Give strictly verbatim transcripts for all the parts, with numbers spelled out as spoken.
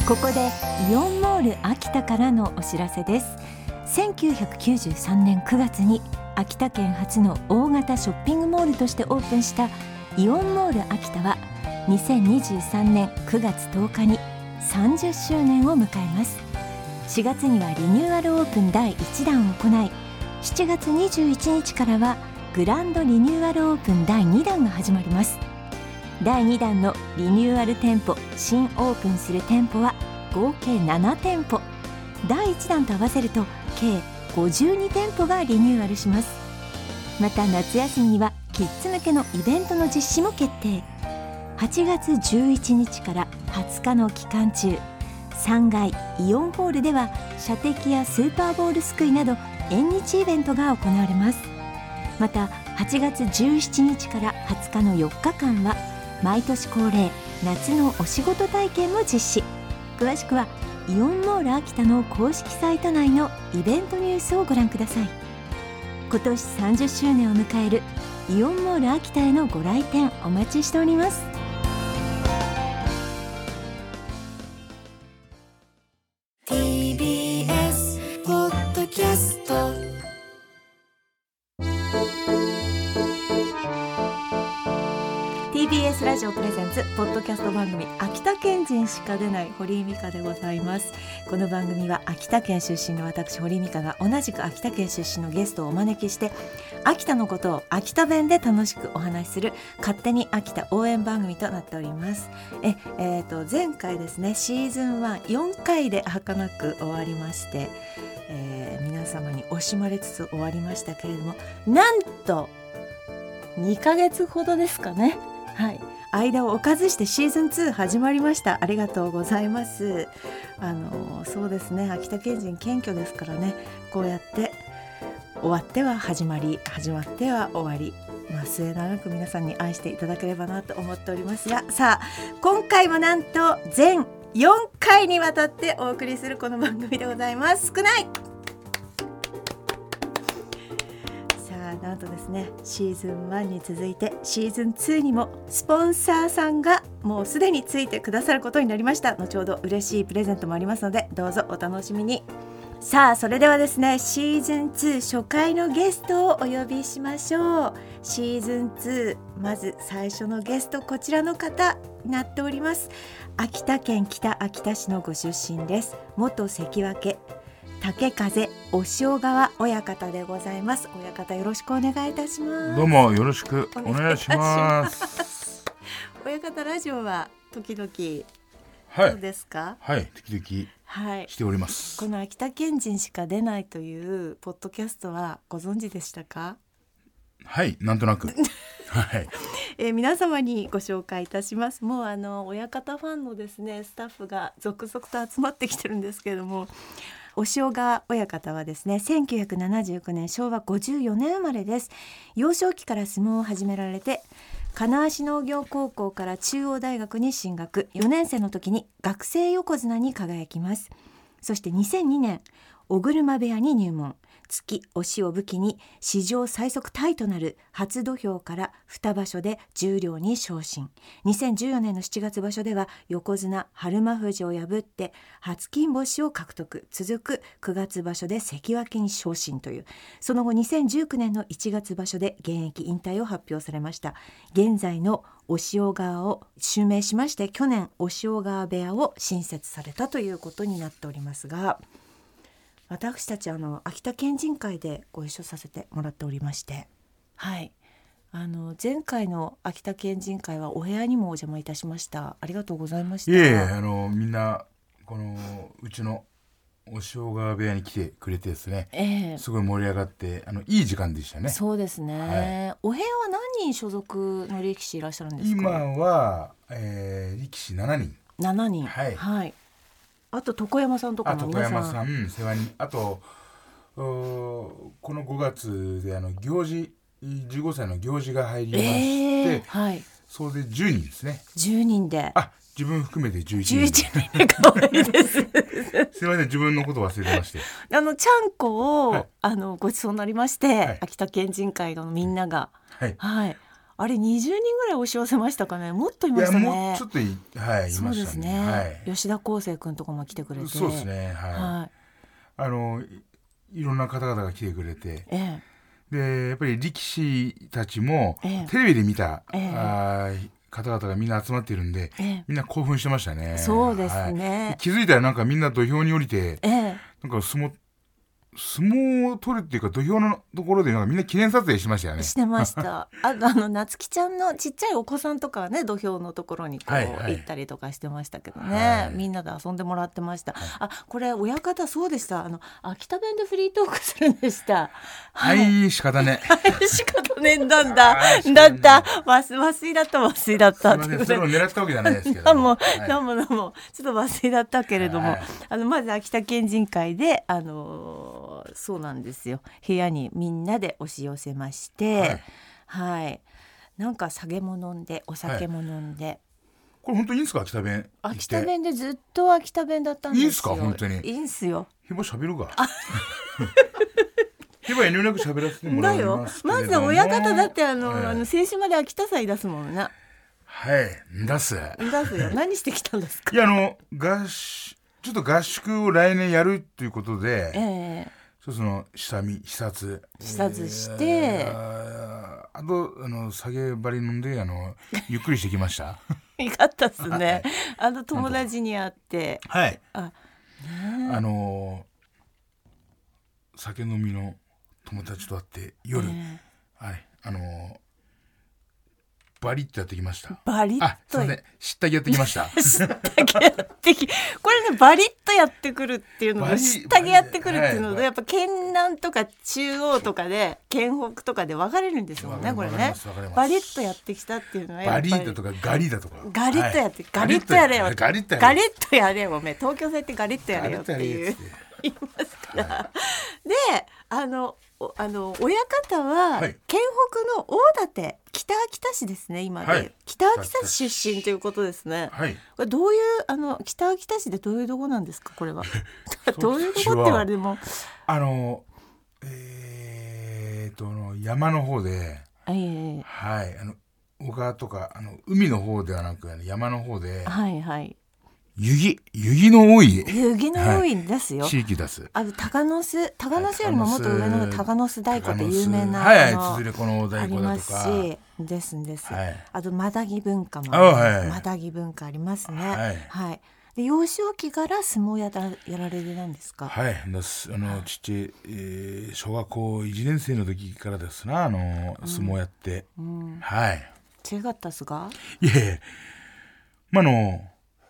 ここでイオンモール秋田からのお知らせです。せんきゅうひゃくきゅうじゅうさんねんくがつに秋田県初の大型ショッピングモールとしてオープンしたイオンモール秋田はにせんにじゅうさんねんくがつとおかにさんじゅっしゅうねんを迎えます。しがつにはリニューアルオープンだいいちだんを行い、しちがつにじゅういちにちからはグランドリニューアルオープンだいにだんが始まります。だいにだんのリニューアル店舗、新オープンする店舗は合計ななてんぽ、だいいちだんと合わせると計ごじゅうにてんぽがリニューアルします。また夏休みにはキッズ向けのイベントの実施も決定。はちがつじゅういちにちからはつかの期間中、さんがいイオンホールでは射的やスーパーボールすくいなど縁日イベントが行われます。またはちがつじゅうしちにちからはつかのよっかかんは毎年恒例夏のお仕事体験も実施。詳しくはイオンモール秋田の公式サイト内のイベントニュースをご覧ください。今年さんじゅっしゅうねんを迎えるイオンモール秋田へのご来店お待ちしております。 ティービーエス ポッドキャスト、 ティービーエス ラジオプレゼンツポッドキャスト番組、秋田県人しか出ない堀井美香でございます。この番組は秋田県出身の私堀井美香が同じく秋田県出身のゲストをお招きして秋田のことを秋田弁で楽しくお話しする勝手に秋田応援番組となっております。え、えー、と前回ですね、シーズンワンよんかいで儚く終わりまして、えー、皆様に惜しまれつつ終わりましたけれども、なんとにかげつほどですかね、はい、間を置かずしてシーズンツー始まりました。ありがとうございます。あのそうですね、秋田県人謙虚ですからね、こうやって終わっては始まり、始まっては終わり、まあ、末永く皆さんに愛していただければなと思っておりますが、さあ今回もなんと全よんかいにわたってお送りするこの番組でございます。少ない。なんとですね、シーズンワンに続いてシーズンツーにもスポンサーさんがもうすでについてくださることになりました。後ほど嬉しいプレゼントもありますのでどうぞお楽しみに。さあそれではですね、シーズンツー初回のゲストをお呼びしましょう。シーズンツーまず最初のゲスト、こちらの方になっております。秋田県北秋田市のご出身です。元関脇竹風押尾川親方でございます。親方よろしくお願いいたします。 どうもよろしくお願いします。 親方ラジオは時々、 はい、 どうですか？ はい、時々しております、 はい、この秋田県人しか出ないというポッドキャストはご存知でしたか？ はい、なんとなくはい、 えー、皆様にご紹介いたします。もうあの親方ファンのですねスタッフが続々と集まってきてるんですけれども、押尾川親方はですねせんきゅうひゃくななじゅうきゅうねんしょうわごじゅうよねん生まれです。幼少期から相撲を始められて金足農業高校から中央大学に進学、よねんせいの時に学生横綱に輝きます。そしてにせんにねん尾車部屋に入門、突き押しを武器に史上最速タイとなる初土俵からにばしょで十両に昇進。にせんじゅうよねんのしちがつ場所では横綱日馬富士を破って初金星を獲得。続くくがつ場所で関脇に昇進という、その後にせんじゅうきゅうねんのいちがつ場所で現役引退を発表されました。現在の押尾川を襲名しまして、去年押尾川部屋を新設されたということになっておりますが、私たちあの秋田県人会でご一緒させてもらっておりまして、はい、あの前回の秋田県人会はお部屋にもお邪魔いたしました。ありがとうございました。 いえいえ、あのみんなこのうちの押尾川部屋に来てくれてですね、えー、すごい盛り上がって、あのいい時間でしたね。 そうですね、はい、お部屋は何人所属の力士いらっしゃるんですか？ 今は、えー、力士しちにん。 しちにん、 はい、 はい、あと床山さんとかも皆さん、 あ床山さん世話に、あとこのごがつであの行事じゅうごさいの行事が入りまして、えーはい、それでじゅうにんですね。 じゅうにんで、 あ自分含めてじゅういちにんじゅういちにんで可愛いですすいません、自分のこと忘れてましてあのちゃんこを、はい、あのごちそうになりまして、はい、秋田県人会のみんなが、 はいはい、 あれにじゅうにんぐらい押し寄せましたかね。もっといましたね。 いやもうちょっとい、はい、いましたね。 そうですね、 はい、 吉田康生君とかも来てくれて。 そうですね、はい、はい、あの い, いろんな方々が来てくれて、ええ、でやっぱり力士たちも、ええ、テレビで見た、ええ、あ方々がみんな集まっているんで、ええ、みんな興奮してましたね。 そうですね、 はい、気づいたらなんかみんな土俵に降りて、ええ、なんか相撲相撲を取るっていうか土俵のところでなんかみんな記念撮影しましたよね。 してましたあとあの夏希ちゃんのちっちゃいお子さんとかはね土俵のところにこう、はいはい、行ったりとかしてましたけどね、はい、みんなで遊んでもらってました、はい、あこれ親方そうでした。あの秋田弁でフリートークするんでした。 はい、はい、仕方ね仕方ねえんだんだだった和水だった和水だったってそれを狙ったわけじゃないですけども何も何もちょっと和水だったけれども、はい、あのまず秋田県人会であのーそうなんですよ、部屋にみんなで押し寄せまして、はいはい、なんか酒も飲んでお酒も飲んで、はい、 これ本当にいいんですか？秋田弁秋田弁でずっと秋田弁だったんですよ。 いいんですか？本当にいいんすよ。 ひば喋るかひば遠慮なく喋らせてもらいますけれども、 だよまず親方だってあの、はい、あの先週まで秋田祭出すもんな。 はい出す出すよ何してきたんですか？ いやあの合宿ちょっと合宿を来年やるということで、えーその下見視察視察して、 えー、あとあの下げ張り飲んであのゆっくりしてきましたよかったっすね、はい、あの友達に会ってはいあ、ね、あの酒飲みの友達と会って夜、えー、はいあのバリッとやってきました。 バリッとあすいませんしったきやってきましたしったきやってきこれねバリッとやってくるっていうのとしったきやってくるっていうのと、はい、やっぱ県南とか中央とかで県北とかで分かれるんですよねこれね。バリッとやってきたっていうのはやっぱりバリッととかガリだとかガリッとやって、はい、ガリッとやれよガリッとやれよガリッとやれよおめ東京戦ってガリッとやれよっていう言いますから、はい、であのあの親方は、はい、県北の大館北秋田市ですね今で、はい、北秋田市出身ということですね、はい、これどういうあの北秋田市でどういうとこなんですかこれはどういうとこって言われてもあのえー、と山の方で、えー、はいあの小川とかあの海の方ではなく山の方ではいはい湯気湯気の多い湯気の多いですよ、 はい、地域です。 あの鷹の巣鷹の巣よりももっと上の鷹の巣太鼓って有名なはいはいつづれこの太鼓だとかありますしですです、はい、あとマダギ文化もあります、はい、マダギ文化ありますねはい、はい、で幼少期から相撲やらやられてたんですか？ はいあのちっちゃい、えー、小学校いちねん生の時からですなあの、うん、相撲やって、うん、はい違かったっすか？ いえまあの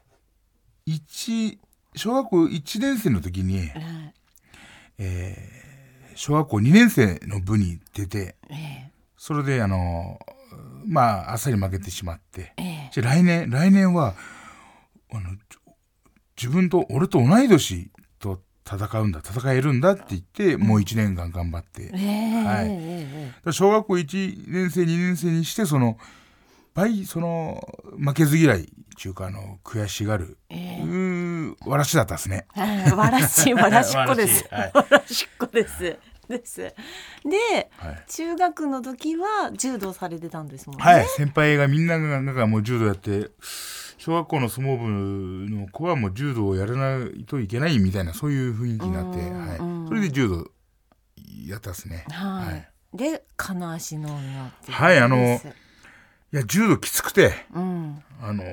一小学校いちねん生の時に、ええー、小学校にねん生の部に出て、えー、それであのまああっさり負けてしまって、えー、じゃ来年来年はあの自分と俺と同い年と戦うんだ戦えるんだって言って、うん、もういちねんかん頑張って、えーはいえー、小学校いちねん生にねん生にしてその倍その負けず嫌い中華の悔しがる、えー、うわらしだったですね。 わらしわらしっこです。わらしっこですです。で、はい、中学の時は柔道されてたんですもんね。 はい、先輩がみんながなんかもう柔道やって、小学校の相撲部の子はもう柔道をやらないといけないみたいなそういう雰囲気になって、はい、それで柔道やったですね。 はい。はい、で金足の女っていう。 はいあの。いや柔道きつくて、うん、あのー、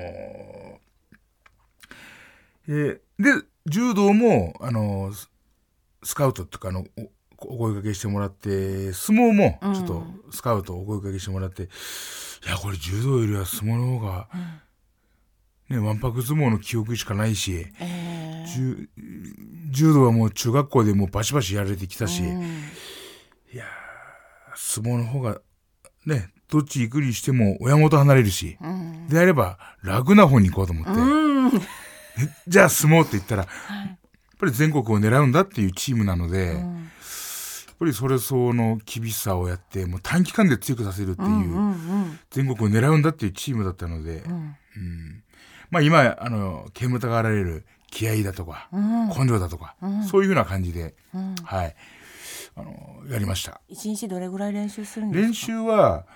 えー、で柔道も、あのー、スカウトとかのお, お声掛けしてもらって相撲もちょっとスカウトお声掛けしてもらって、うん、いやこれ柔道よりは相撲の方が、うんね、わんぱく相撲の記憶しかないし、えー、柔道はもう中学校でもうバシバシやられてきたし、うん、いや相撲の方がねどっち行くにしても親元離れるし、うん、であれば楽な方に行こうと思って、うん、じゃあ相撲って言ったら、はい、やっぱり全国を狙うんだっていうチームなので、うん、やっぱりそれ相応の厳しさをやってもう短期間で強くさせるっていう、うんうんうん、全国を狙うんだっていうチームだったので、うんうんまあ、今あの煙たがられる気合だとか、うん、根性だとか、うん、そういうふうな感じで、うん、はいあのやりました。 一日どれぐらい練習するんですか？ 練習は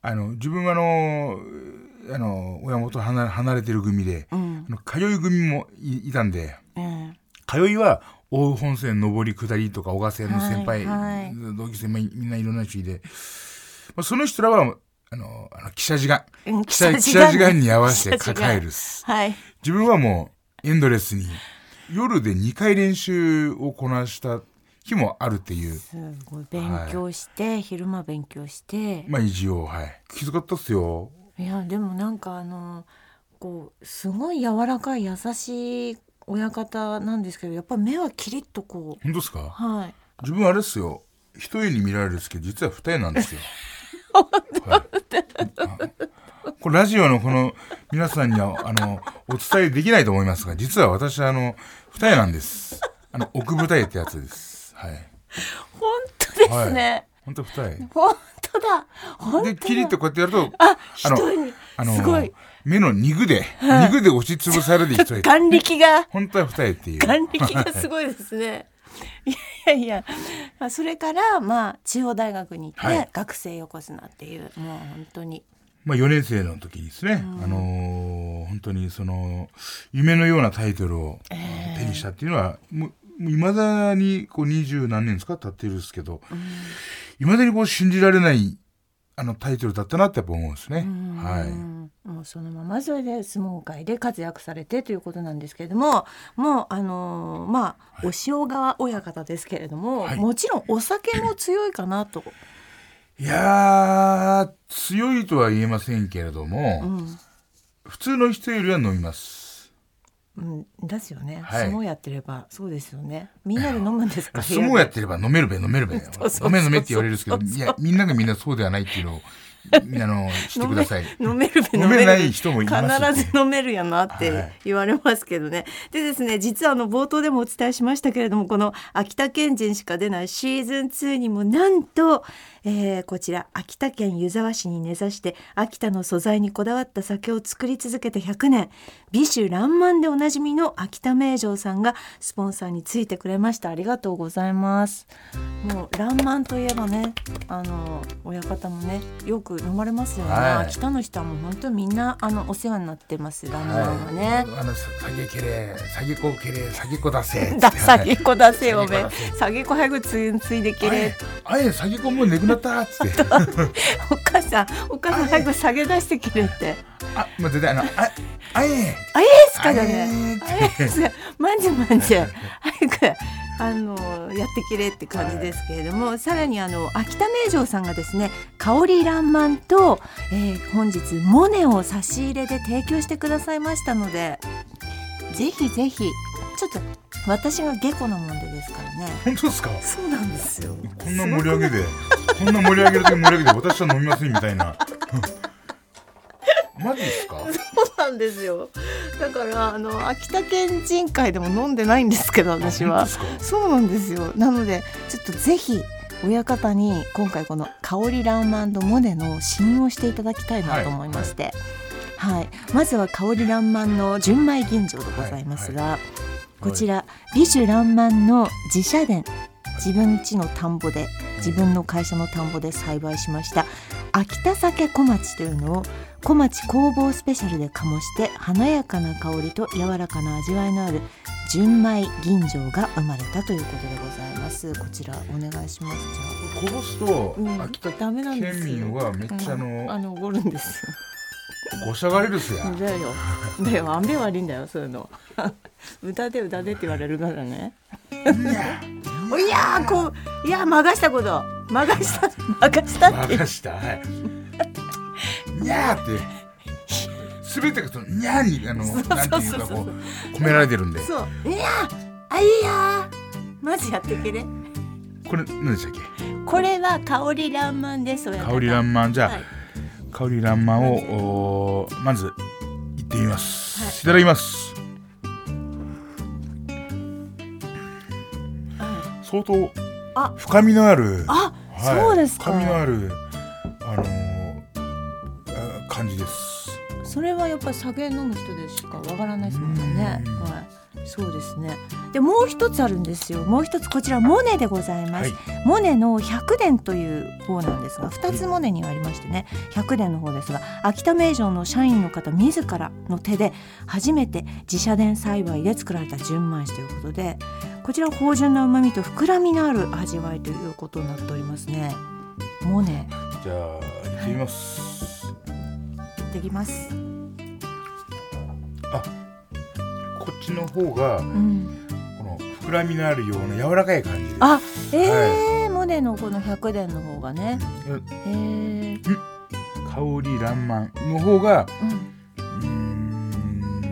あの自分はあのあの親元離れ、離れてる組で、うん、あの通い組も い, いたんで、うん、通いは大宇本線上り下りとか小川線の先輩、はいはい、同級生みんないろんな人で、まあ、その人らはあのあの汽車時間汽車時間に合わせて抱える、はい、自分はもうエンドレスに夜でにかい練習をこなした日もあるっていう。 すごい勉強して、はい、昼間勉強してまあ一応はいきつかったっすよ。 いやでもなんかあのこうすごい柔らかい優しい親方なんですけど、やっぱ目はキリッとこう。 本当ですか？ はい。 自分あれですよ、一重に見られるんですけど実は二重なんですよ。 本当、はい、 これラジオのこの皆さんにはあのお伝えできないと思いますが、実は私はあの二重なんです。あの奥二重ってやつです。はい。 本当ですね。はい、 本当二重。 本当だ。本当だ。 でキリッとこうやってやると、 あ、一重にあのすごい。 目の肉で、はい、肉で押しつぶされて一重。 眼力が。 本当は二重っていう。 眼力がすごいですね。いやいや、それからまあ中央大学に行って、はい、学生横綱っていうもう本当に。 まあよねん生の時にですね、うん、あのー、本当にその夢のようなタイトルを手にしたっていうのは、えー、もういまだにこう二十何年ですか経ってるんですけど、いまだにこう信じられないあのタイトルだったなってやっぱ思うんですね。はい。 もうそのままそれで相撲界で活躍されてということなんですけれども、もうあのー、まあ、はい、お塩川親方ですけれども、はい、もちろんお酒も強いかなと。 いやー強いとは言えませんけれども、うん、普通の人よりは飲みます。 うん、ですよね、はい、相撲やってればそうですよね。みんなで飲むんですか？ 相撲やってれば飲めるべ飲めるべ飲め飲めって言われるんですけど、いやみんながみんなそうではないっていうのをみんなのしてください。 飲めるべ飲めない人もいます、 ね、必ず飲めるやなって言われますけどね、はい、でですね、実はあの冒頭でもお伝えしましたけれども、この秋田県人しか出ないシーズンツーにもなんと、えー、こちら秋田県湯沢市に根ざして秋田の素材にこだわった酒を作り続けてひゃくねん、美酒爛漫でおなじみの秋田名城さんがスポンサーについてくれました。ありがとうございます。もう爛漫といえばね、あの親方もねよく飲まれますよね、はい、秋田の人はもう本当にみんなあのお世話になってます。爛漫はね、はい、 あの酒けれ酒子けれ酒子出せだ酒子出せおめ酒子早くついついでけれあえ酒子もうねくなったっつってお母さんお母さん早く酒出してけれってあもう絶対あのああえあえすかだねあえすかまんじゅまんじゅ早くあのやってきれって感じですけれども、はい、さらにあの秋田名城さんがですね香り爛漫と、えー、本日モネを差し入れで提供してくださいましたので、ぜひぜひちょっと私が下戸なもんでですからね。 本当ですか？ そうなんですよ。 こんな盛り上げでこんな盛り上げるで盛り上げて私は飲みませんみたいなマジですか？ そうなんですよ。だからあの秋田県人会でも飲んでないんですけど私は。そうなんですよ。なのでちょっとぜひ親方に今回この香り爛漫とモネの試飲をしていただきたいなと思いまして、はいはいはい、まずは香り爛漫の純米吟醸でございますが、はいはい、こちら美酒爛漫の自社田、自分家の田んぼで自分の会社の田んぼで栽培しました秋田酒小町というのを小町工房スペシャルで醸して華やかな香りと柔らかな味わいのある純米吟醸が生まれたということでございます。こちらお願いします。 じゃあこぼすと、うん、秋田県民はめっちゃあの、うん、 あのおごるんですよ。 ごしゃがれるっすやだよだよあんべ悪いんだよそういうの歌で歌でって言われるからねいやーこういやまがしたことまがしたまがしたってまがしたはいにゃーってすべてがそのにゃーにあのなんていうかこう込められてるんで、 そうにゃーあいやーマジやってけれ。 これ何でしたっけ？ これは香り爛漫です。 香り爛漫じゃあ、はい、香り爛漫をまずいってみます、はい、いただきます、はい、相当深みのあるあ、はい、そうですか。 深みのあるあのー、感じです。 それははやっぱり酒飲む人でしかわからないですもんね。はい、そうですね。でもう一つあるんですよ。もう一つこちらモネでございます。はい、モネのひゃくでんという方なんですが、ふたつモネにはありましてね、ひゃくでんの方ですが、秋田名城の社員の方自らの手で初めて自社田栽培で作られた純米酒ということで、こちら芳醇な旨味と膨らみのある味わいということになっておりますね。モネ、 じゃあ行ってみます。 はい、行ってきます。 あ、こっちの方が、うん、この膨らみのあるような柔らかい感じです。 あ、えーはい、モネのこのひゃくでんの方がね、うん、 えー、香り爛漫の方が、うん、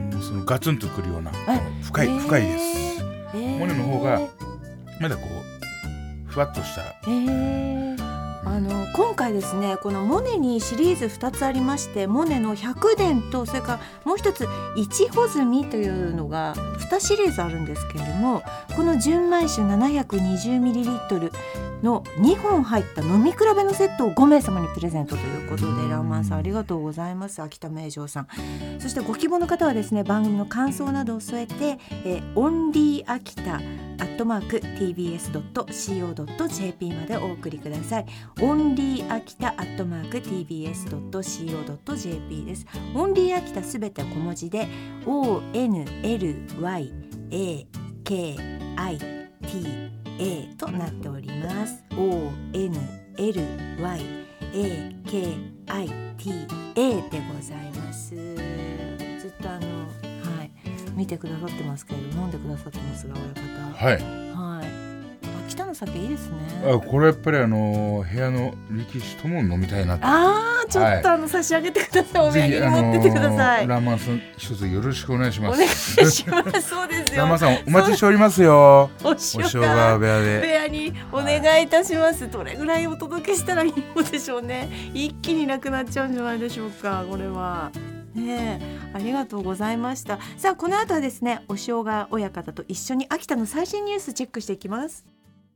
うーん、そのガツンとくるような深い、えー、深いです。えー、モネの方がまだこうふわっとした、 えー、あの今回ですね、このモネにシリーズふたつありまして、モネのひゃくでんとそれからもう一ついちほずみというのがにシリーズあるんですけれども、この純米酒 ななひゃくにじゅうミリリットル のにほん入った飲み比べのセットをごめいさまにプレゼントということで、ラーマンさんありがとうございます。秋田名城さん、そしてご希望の方はですね、番組の感想などを添えて、えー、オンリー秋田アットマーク ティービーエスドットシーオードットジェーピー までお送りください。オンリー秋田アットマーク ティービーエスドットシーオードットジェーピー です。オンリー秋田すべて小文字で オーエヌエルワイエーケーアイティーエー となっております。 オーエヌエルワイエーケーアイティーエー でございます。ずっとあの、はい、見てくださってますけれど、飲んでくださってますが、親方、 はい、 はい、秋田の酒いいですね。 あ、これやっぱりあの部屋の力士とも飲みたいなと。 あー、ちょっとあの、はい、差し上げてください。お土産に持ってってください。 ラーマンさん一つよろしくお願いします。 お願いします。そうですよ。 ラーマンさんお待ちしておりますよ。 お塩川部屋で部屋にお願いいたします、はい、どれぐらいお届けしたらいいのでしょうね。一気になくなっちゃうんじゃないでしょうか、これはね。え、ありがとうございました。さあ、この後はですね、お塩川親方と一緒に秋田の最新ニュースチェックしていきます。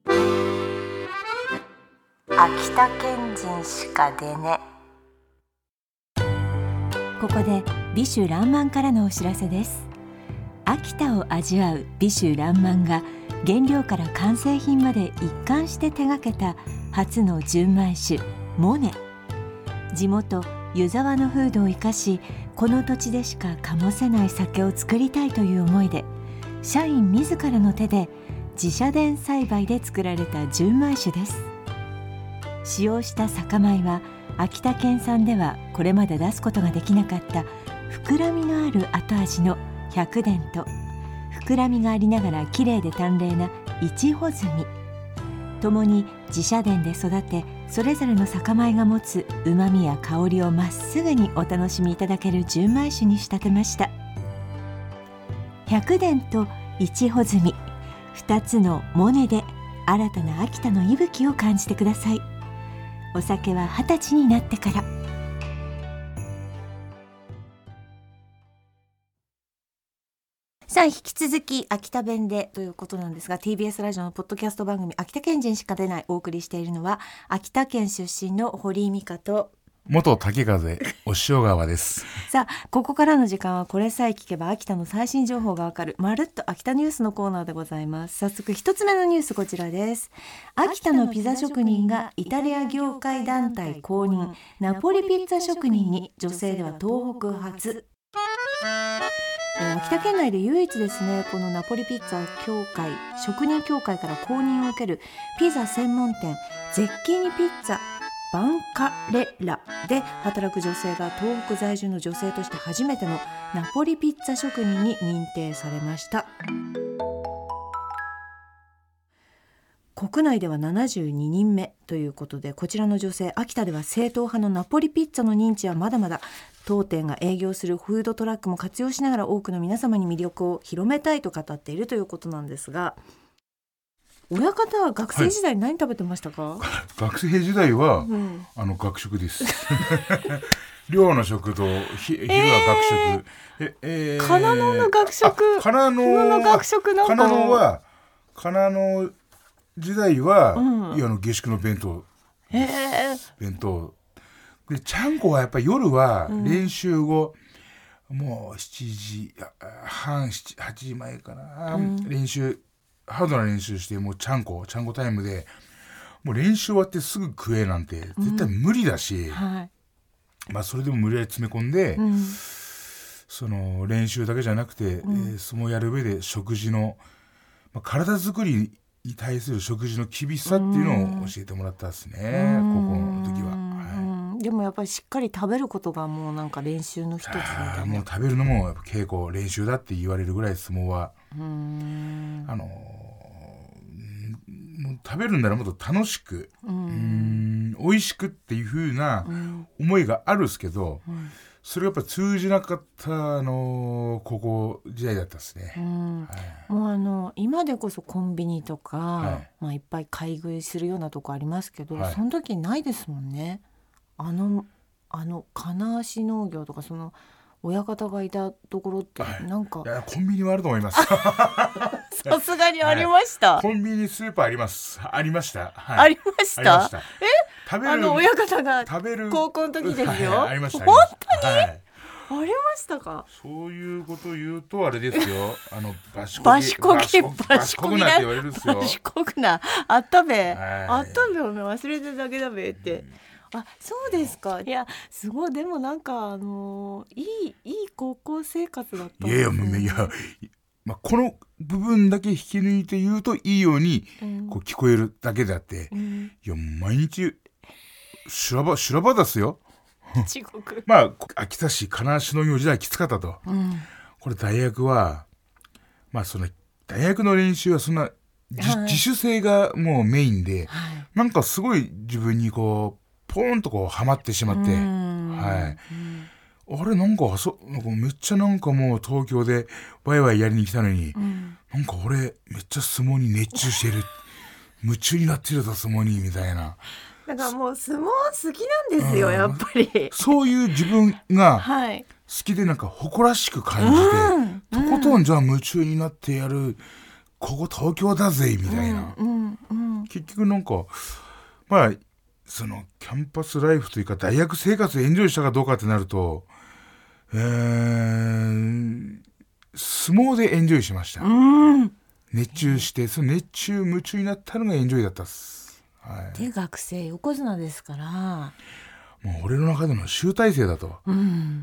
秋田県人しか出ね。ここで美酒らんまんからのお知らせです。秋田を味わう美酒らんまんが原料から完成品まで一貫して手掛けた初の純米酒モネ。地元湯沢の風土を生かし、この土地でしか醸せない酒を作りたいという思いで、社員自らの手で自社田栽培で作られた純米酒です。使用した酒米は秋田県産ではこれまで出すことができなかった膨らみのある後味のひゃくでんと、膨らみがありながらきれいで淡麗ないちほずみ、ともに自社田で育て、それぞれの酒米が持つうまみや香りをまっすぐにお楽しみいただける純米酒に仕立てました。ひゃくでんといちほずみ、ふたつのモネで新たな秋田の息吹を感じてください。お酒は二十歳になってから。さあ、引き続き秋田弁でということなんですが、 ティービーエス ラジオのポッドキャスト番組秋田県人しか出ないお送りしているのは、秋田県出身の堀井美香と元竹風お塩川です。 さあ、ここからの時間はこれさえ聞けば秋田の最新情報がわかるまるっと秋田ニュースのコーナーでございます。早速一つ目のニュース、こちらです。秋田のピザ職人がイタリア業界団体公認、ナポリピッツァ職人に、女性では東北初。えー、秋田県内で唯一ですね、このナポリピッツァ協会職人協会から公認を受けるピザ専門店ゼッキーニピッツァバンカレラで働く女性が東北在住の女性として初めてのナポリピッツァ職人に認定されました。国内ではななじゅうににんめということで、こちらの女性、秋田では正統派のナポリピッツァの認知はまだまだ、当店が営業するフードトラックも活用しながら多くの皆様に魅力を広めたいと語っているということなんですが、親方は学生時代何食べてましたか？ はい、学生時代は、うん、あの学食です寮の食堂、ひ昼は学食、 ええー、金野の学食、 金野の学食なんか金野は金野時代は、うん、いやあの下宿の弁当、 えー、 弁当で、ちゃんこはやっぱり夜は練習後、 もうしちじはんはちじまえかな、うん、練習ハードな練習してもうちゃんこちゃんこタイムでもう練習終わってすぐ食えなんて絶対無理だし、うんはい、まあそれでも無理やり詰め込んで、うん、その練習だけじゃなくて、うんえー、相撲やる上で食事の、まあ、体作りに対する食事の厳しさっていうのを教えてもらったですね、うん、高校の時は、 はい、でもやっぱりしっかり食べることがもうなんか練習の一つみたいな。 もう食べるのも稽古練習だって言われるぐらい相撲はうーんあのもう食べるんならもっと楽しくうーん美味しくっていう風な思いがあるんですけど、うん、それがやっぱ通じなかったあの高校時代だったですね、うんはい、もうあの今でこそコンビニとか、はいまあ、いっぱい買い食いするようなとこありますけど、はい、その時ないですもんね。あのあの金足農業とかその親方がいたところってなんか、 はい、いやコンビニはあると思いますさすがにありました、 はい、コンビニスーパーありますありました、 はい、ありました。え食べるあの親方が高校の時ですよ、はいはい、 ありました本当に、はい、ありましたか。 そういうこと言うとあれですよあのバシコギバシコギバシコギなって言われるんですよ。 バシコギなあったべ、はい、あったべお前忘れてるだけだべって、うんあそうですか。いやすごいでもなんかあのー、いいいい高校生活だったんですね。 いやいやいや、まあ、この部分だけ引き抜いて言うといいようにこう聞こえるだけであって、うん、いや毎日修羅場修羅場ですよ地獄まあ秋田市金足農業時代きつかったと、うん、これ大学はまあその大学の練習はそんな、はい、自主性がもうメインで、はい、なんかすごい自分にこうポーンとこうハマってしまって、はい、あれなんかそなんかめっちゃなんかもう東京でワイワイやりに来たのに、うん、なんか俺めっちゃ相撲に熱中してる夢中になってるぞ相撲にみたいな。 だからもう相撲好きなんですよ、うん、やっぱりそういう自分が好きでなんか誇らしく感じて、うん、とことんじゃあ夢中になってやるここ東京だぜみたいな、うんうんうん、結局なんかまあそのキャンパスライフというか大学生活をエンジョイしたかどうかってなると、えー、相撲でエンジョイしました、うん、熱中してその熱中夢中になったのがエンジョイだったっす、はい、 で学生横綱ですからもう俺の中での集大成だと、うん、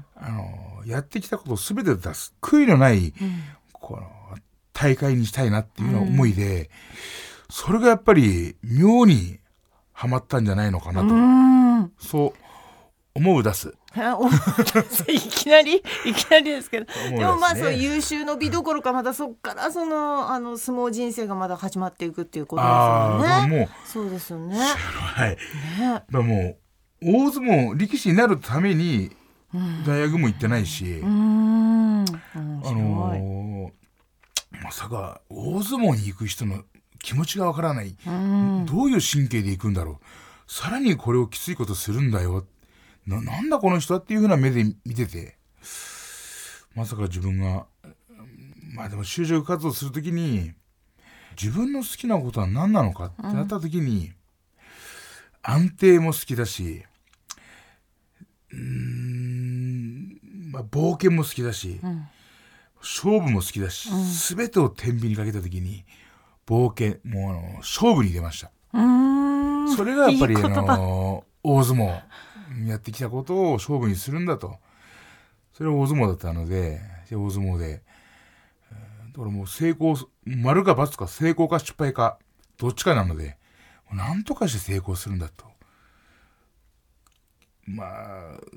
あのやってきたことを全て出す悔いのない、うん、この大会にしたいなっていうような思いで、うん、それがやっぱり妙にハマったんじゃないのかなと、うんそう思う出すいきなりいきなりですけどで, ね、でもまあそう優秀の美どころかまたそっからそのあの相撲人生がまだ始まっていくっていうことですよね。もうそうですよね。 はい、ねだもう大相撲力士になるために大学も行ってないし、うん、うんあのー、まさか大相撲に行く人の気持ちがわからない、うん、どういう神経でいくんだろうさらにこれをきついことするんだよ な, なんだこの人はっていう風な目で見ててまさか自分がまあでも就職活動するときに自分の好きなことは何なのかってなったときに、うん、安定も好きだしうーん、まあ、冒険も好きだし、うん、勝負も好きだし、うん、全てを天秤にかけたときに冒険もうあの勝負に出ました。うーんそれがやっぱりいいあの大相撲やってきたことを勝負にするんだとそれは大相撲だったので大相撲でだからもう成功丸か×か成功か失敗かどっちかなので何とかして成功するんだとまあ、うん、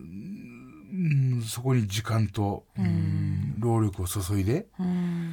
そこに時間と、うん、労力を注いで、うん、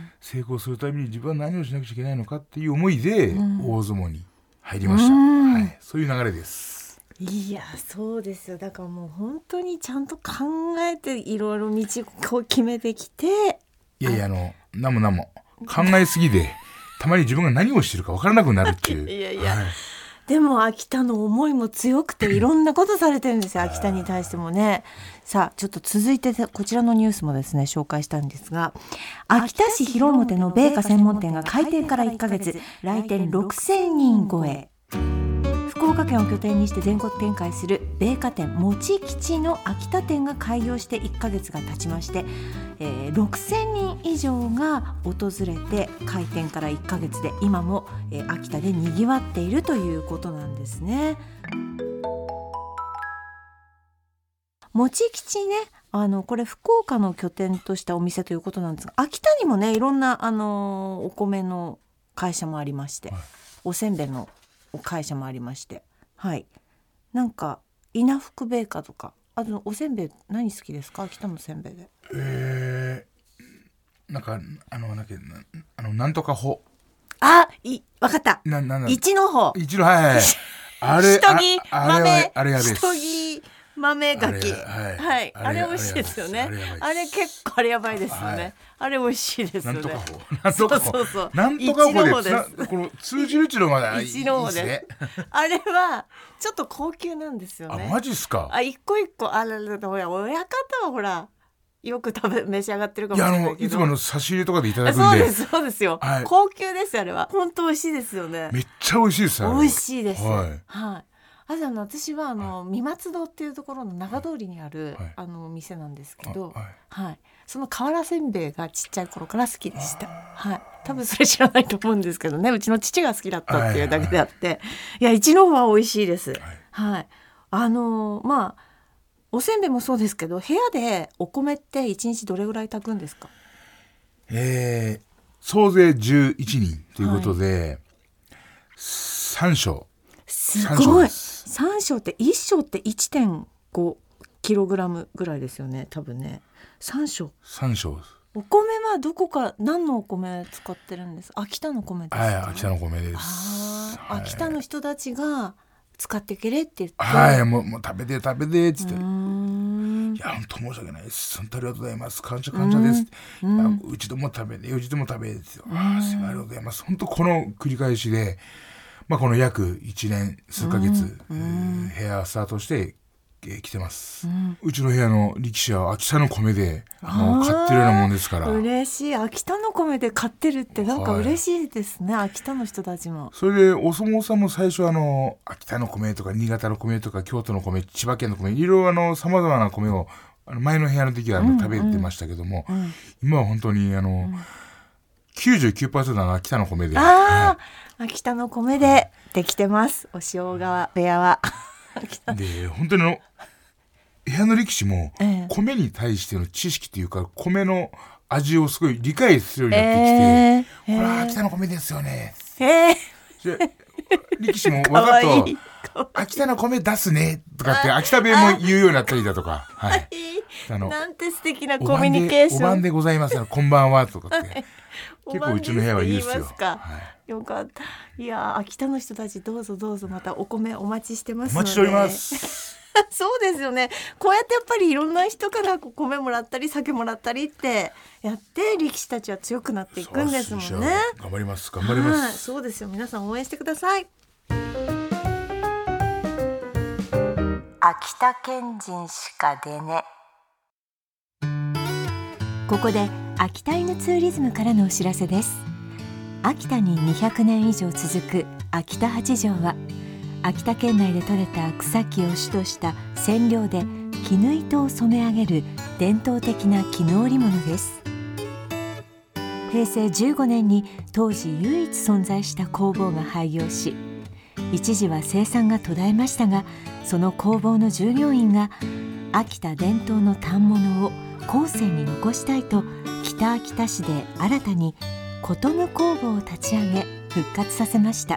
成功するために自分は何をしなくちゃいけないのかっていう思いで、うん、大相撲に入りました、うんはい、そういう流れです。 いやそうですよだからもう本当にちゃんと考えていろいろ道を決めてきていやいやあの何も何も考えすぎでたまに自分が何をしてるか分からなくなるっていういやいや、はいでも秋田の思いも強くていろんなことされてるんですよ秋田に対してもね。さあちょっと続いてこちらのニュースもですね紹介したんですが秋田市広面の米菓専門店が開店からいっかげつ来店ろくせんにん超え福岡県を拠点にして全国展開する米花店もち吉の秋田店が開業していっかげつが経ちまして、えー、ろくせんにん以上が訪れて開店からいっかげつで今も、えー、秋田でにぎわっているということなんですね。もち吉ね、あのこれ福岡の拠点としたお店ということなんですが、秋田にもねいろんな、あのー、お米の会社もありまして、はい、おせんべいの会社もありまして、はい、なんか稲福米花とか、あとおせんべい何好きですか？秋田のせんべいで。えー、なんかあのなんだっけ、あのなんとかほ、 あ、いわかった。 ななな一のほ、 一のはいはいあれ人木豆、 あれやべえ、 人木豆ガキ、 はい、 はい、あれ美味しいですよね。あれ結構あれやばいですよね、はい、あれ美味しいですよね。 なんとかほなんとかほそうそうそう、 なんとかほでつこの通じるうちのまだいいですね。 あれはちょっと高級なんですよね。 あ、マジっすか。 あ、一個一個、あららら、ほら親方はほらよく食べ召し上がってるかもしれないけど、いや、あのいつもの差し入れとかでいただくんで。 そうですそうですよ、 はい、 高級ですよ。あれは本当美味しいですよね。 めっちゃ美味しいです。 美味しいです、 はい、 はい。あとあの私はあの、はい、三松堂っていうところの長通りにある、はい、あの店なんですけど、はいはい、その瓦せんべいがちっちゃい頃から好きでした。はい、多分それ知らないと思うんですけどね、うちの父が好きだったっていうだけであって、はいはい、いや一の方は美味しいです。はい、はい、あのまあおせんべいもそうですけど、部屋でお米っていちにちどれぐらい炊くんですか？ えー、総勢じゅういちにんということで、はい、さん升。 すごい。さん升っていっ升って いってんごキログラムぐらいですよね、多分ね。さん升。 さん升。 お米はどこか何のお米使ってるんですか？秋田の米ですか？ はい、秋田の米です。 あ、はい、秋田の人たちが使ってけれって言って、 はい、もう、もう食べて食べてっつって、うーん、いや本当申し訳ないです、本当ありがとうございます、感謝感謝です、うん、うちとも食べてうちとも食べですよ、あ、すいません、ありがとうございます。本当この繰り返しで、まあ、この約いちねん数ヶ月、うん、部屋スタートして来てます、うん、うちの部屋の力士は秋田の米でもう買ってるようなもんですから。 嬉しい。秋田の米で買ってるってなんか嬉しいですね、はい、秋田の人たちも。 それでお相撲さんも最初あの秋田の米とか新潟の米とか京都の米、千葉県の米、いろいろさまざまな米をあの前の部屋の時はあの、うんうん、食べてましたけども、うん、今は本当にあの、うん、きゅうじゅうきゅうパーセント の秋田の米で、 あ、はい、秋田の米でできてます、お塩川部屋は。 で本当にの部屋の力士も米に対しての知識というか米の味をすごい理解するようになってきて、えー、これは秋田の米ですよね、えー、力士もわざと秋田の米出すねとかって秋田弁も言うようになったりだとか、はい、 あのなんて素敵なコミュニケーション。 お晩でございます、こんばんはとかって結構うちの部屋は言うっすよ。 はい、よかった。いや秋田の人たちどうぞどうぞまたお米お待ちしてますので。 お待ちしております。 そうですよね。こうやってやっぱりいろんな人から米もらったり酒もらったりってやって力士たちは強くなっていくんですもんね。 頑張ります頑張ります。 そうですよ。皆さん応援してください。秋田県人しか出ね。ここで秋田犬ツーリズムからのお知らせです。秋田ににひゃくねん以上続く秋田八丈は秋田県内で採れた草木を主とした染料で絹糸を染め上げる伝統的な絹織物です。へいせいじゅうごねんに当時唯一存在した工房が廃業し、一時は生産が途絶えましたが、その工房の従業員が秋田伝統の反物を後世に残したいと北秋田市で新たに琴務工房を立ち上げ復活させました。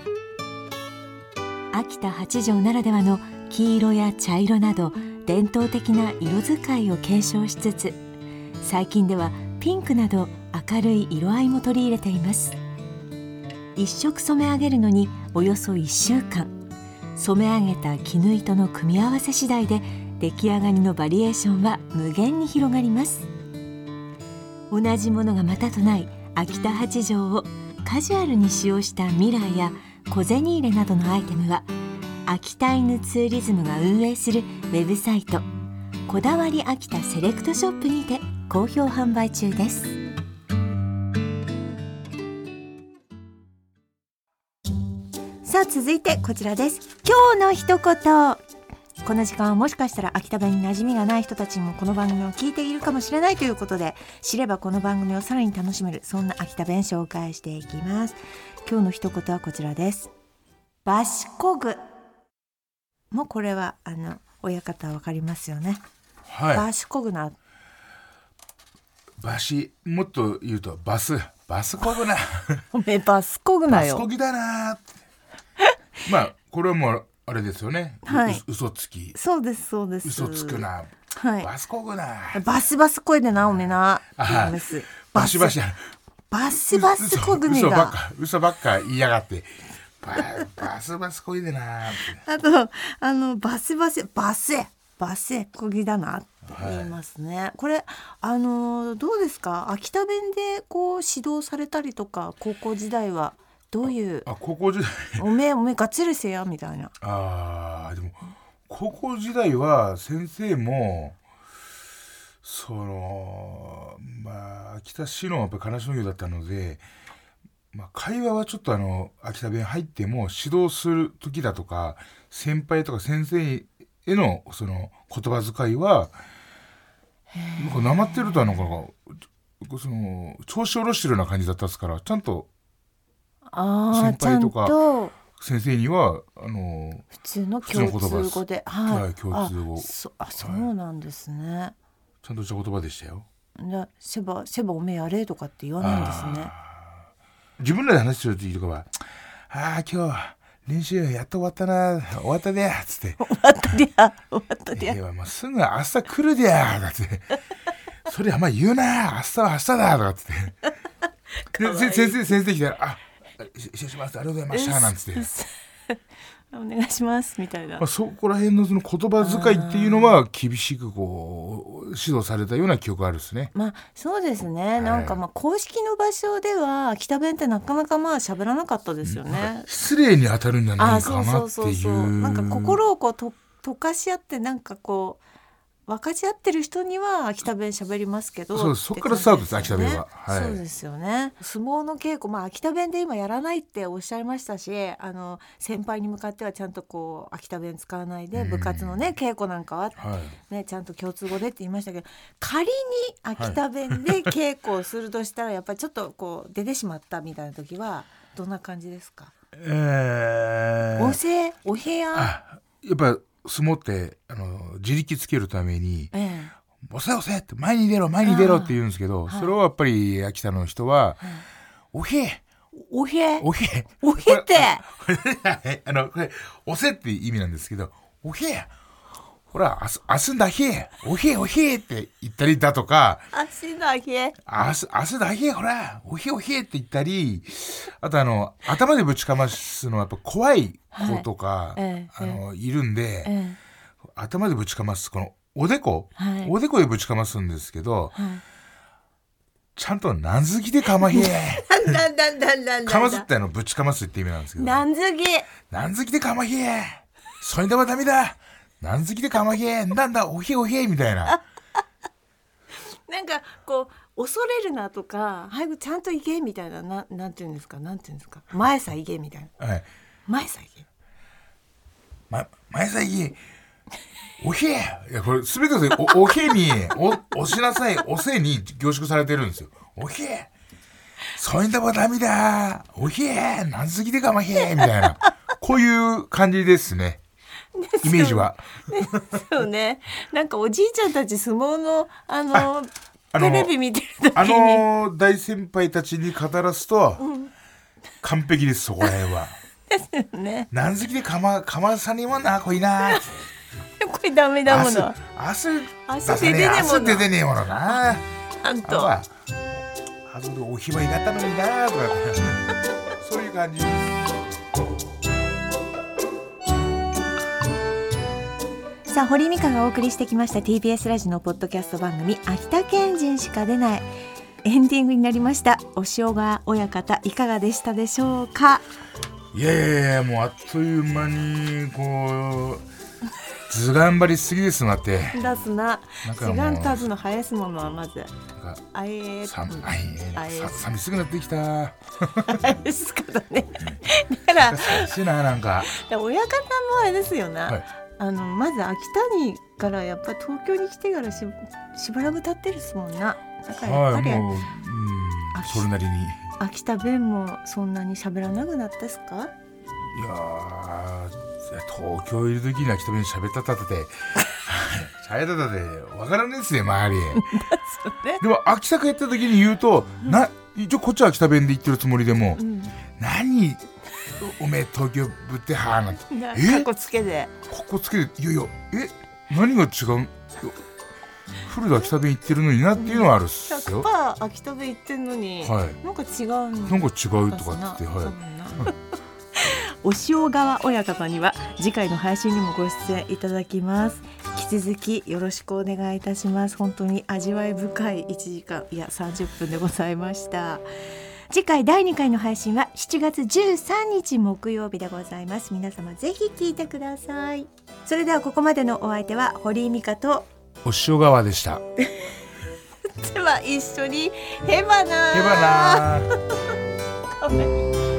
秋田八丈ならではの黄色や茶色など伝統的な色使いを継承しつつ、最近ではピンクなど明るい色合いも取り入れています。一色染め上げるのにおよそいっしゅうかん、染め上げた絹糸の組み合わせ次第で出来上がりのバリエーションは無限に広がります。同じものがまたとない秋田八丈をカジュアルに使用したミラーや小銭入れなどのアイテムは秋田犬ツーリズムが運営するウェブサイトこだわり秋田セレクトショップにて好評販売中です。ささあ続いてこちらです。今日の一言。この時間はもしかしたら秋田弁に馴染みがない人たちもこの番組を聞いているかもしれないということで、知ればこの番組をさらに楽しめる、そんな秋田弁紹介していきます。今日の一言はこちらです。バシコグ。もうこれはあの親方わかりますよね。 はい。 バシコグな。 バシ、もっと言うとバスバスこぐなおめえバスコグなよ。 バスこぎだなまあこれはもうあれですよね、 はい、 う嘘つき、 そうですそうです、 嘘つくな、 はい、 バスこぐな、 バスバスこいでなおめえな、 あバシバシバスバスこぐねが嘘ばっか嘘ばっか言いやがってバ, バスバスこいでなあとあのバスバスバスバスこぎだなって言いますね、はい、これあのどうですか、秋田弁でこう指導されたりとか、高校時代はどういう、 ああ高校時代おめえおめえガッツリせやみたいな。 あでも高校時代は先生もそのまあ秋田市のやっぱ金商業だったので、まあ、会話はちょっとあの秋田弁入っても指導する時だとか先輩とか先生へのその言葉遣いはなんかなまってるとはなんかその調子下ろしてるような感じだったですから、ちゃんとあ先輩とかと先生にはあの普通の共通語で、はいはい、共通語、 あ そ, あそうなんですね、はい、 ちゃんとした言葉でしたよ。 セバセバおめえやれとかって言わないんですね。 自分らで話してる時とかは、ああ今日練習やっと終わったな、終わったでやつって終わったでや終わったでや、 いやもうすぐ明日来るでやだってそれあんま言うな、明日は明日だとかってで先生先生来たら、あ失礼しますありがとうございましたなんつってお願いしますみたいな、 まあ、そこら辺のその言葉遣いっていうのは厳しくこう指導されたような記憶あるですね。 まあそうですね、 はい、 なんかまあ公式の場所では秋田弁ってなかなかまあ喋らなかったですよね。 失礼に当たるんじゃないかなっていう、 そうそうそうそうなんか心をこうと溶かし合ってなんかこう分かち合ってる人には秋田弁喋りますけど、 そうそこからスタートです、秋田弁は、 はい、そうですよね。相撲の稽古、まあ、秋田弁で今やらないっておっしゃいましたし、あの先輩に向かってはちゃんとこう秋田弁使わないで、部活のね稽古なんかは、はいね、ちゃんと共通語でって言いましたけど、仮に秋田弁で稽古をするとしたら、やっぱりちょっとこう出てしまったみたいな時はどんな感じですか？えー、おせお部屋あやっぱ相撲ってあの自力つけるために、ええ、押せ押せって前に出ろ前に出ろって言うんですけど、はい、それはやっぱり秋田の人は、はい、おへおへおへおへってあのこれ押せって意味なんですけど、おへほら明日だへおへおへって言ったりだとか、 明日だへ明日明日だへほらおへおへって言ったり、あとあの頭でぶちかますのはやっぱ怖い子とか、はいええ、あのいるんで、ええ、頭でぶちかますこのおでこ、はい、おでこでぶちかますんですけど、はい、ちゃんとなんずきでかまへかますってあのぶちかますって意味なんですけど、 なんずきなんずきでかまへそれではダメだなんずきでかまへなんだおへおへみたいななんかこう恐れるなとか早くちゃんと行けみたいな、ななんていうんですかなんていうんですか前さ行けみたいな、はい、前さ行け、 ま、前さ行けおへいやこれ全てで お, おへにお押しなさいおせに凝縮されてるんですよ。おへそういうんだもダメだおへなんずきでかまへみたいなこういう感じですねイメージは。 ですよね。なんかおじいちゃんたち相撲のあのあテレビ見てる時にあの大先輩たちに語らすと、うん、完璧ですそこら辺は。 ですよね。 なんずきでかまかまさにもなこいな。 これダメだもの。 明日明日出てねえもの。 明日出てねえものな。 なんと。 あそこでお暇になったのになとかそういう感じです。 さあ堀美香がお送りしてきました ティービーエス ラジオのポッドキャスト番組秋田県人しか出ないエンディングになりました。お塩川親方いかがでしたでしょうか？ いやいやいやもうあっという間にこう図頑張りすぎですまって出すな。時間経つの早すものはまずあえーさあえーさ寂しくなってきたですからね。だから寂しいななんか親方もあれですよな、 はい、 あのまず秋田にからやっぱり東京に来てから し, しばらく経ってるですもんな。だからやっぱり、 はい、もう、うん、それなりに秋田弁もそんなに喋らなくなったですか？ いや東京いる時に秋田弁喋ったったって喋ったったってわからないですよ周りでも秋田帰った時に言うと、うん、な一応こっちは秋田弁で言ってるつもりでも、うん、何おめえ東京ぶってはーなんてえかっこつけでかっこつけでいやいやえ何が違うフルで秋田弁言ってるのになっていうのはあるっすよ。 ひゃくパーセント 秋田弁言ってるのに、はい、なんか違うなんか違うとかってはいお塩川親方には次回の配信にもご出演いただきます。引き続きよろしくお願いいたします。本当に味わい深いいちじかんいやさんじゅっぷんでございました。次回だいにかいの配信はしちがつじゅうさんにち木曜日でございます。皆様ぜひ聞いてください。それではここまでのお相手は堀井美香とお塩川でしたでは一緒にヘバナーヘバナーかわいい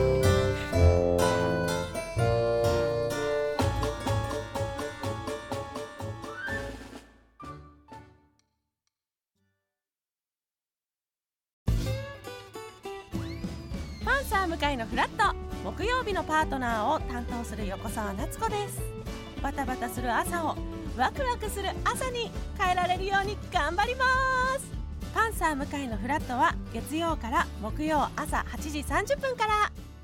パンサー向井のフラット木曜日のパートナーを担当する横澤夏子です。バタバタする朝をワクワクする朝に変えられるように頑張ります。パンサー向井のフラットは月曜から木曜朝はちじさんじゅっぷんから。